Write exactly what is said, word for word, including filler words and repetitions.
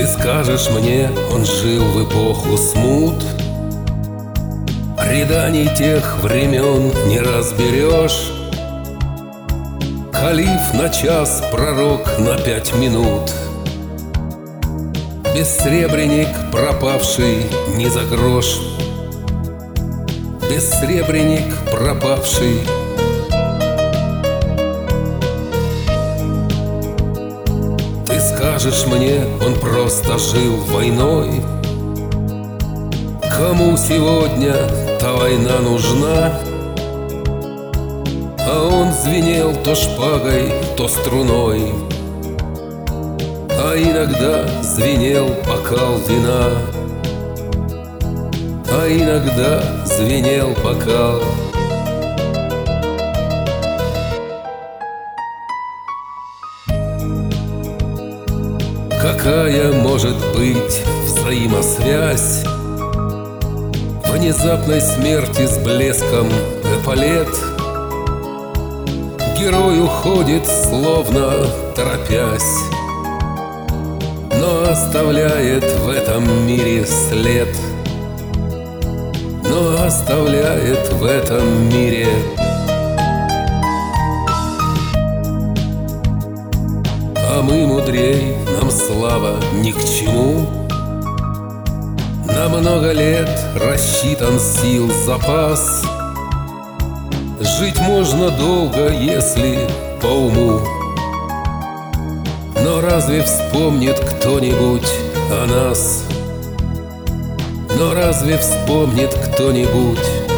Ты скажешь мне, он жил в эпоху смут, преданий тех времен не разберешь. Халиф на час, пророк на пять минут, бессребренник, пропавший не за грош. Бессребренник, пропавший. Ты скажешь мне, он просто жил войной. Кому сегодня та война нужна? А он звенел то шпагой, то струной, а иногда звенел бокал вина, а иногда звенел бокал. Какая может быть взаимосвязь внезапной смерти с блеском эполет? Герой уходит, словно торопясь, но оставляет в этом мире след, но оставляет в этом мире. А мы мудрей, нам слава ни к чему. На много лет рассчитан сил запас. Жить можно долго, если по уму. Но разве вспомнит кто-нибудь о нас? Но разве вспомнит кто-нибудь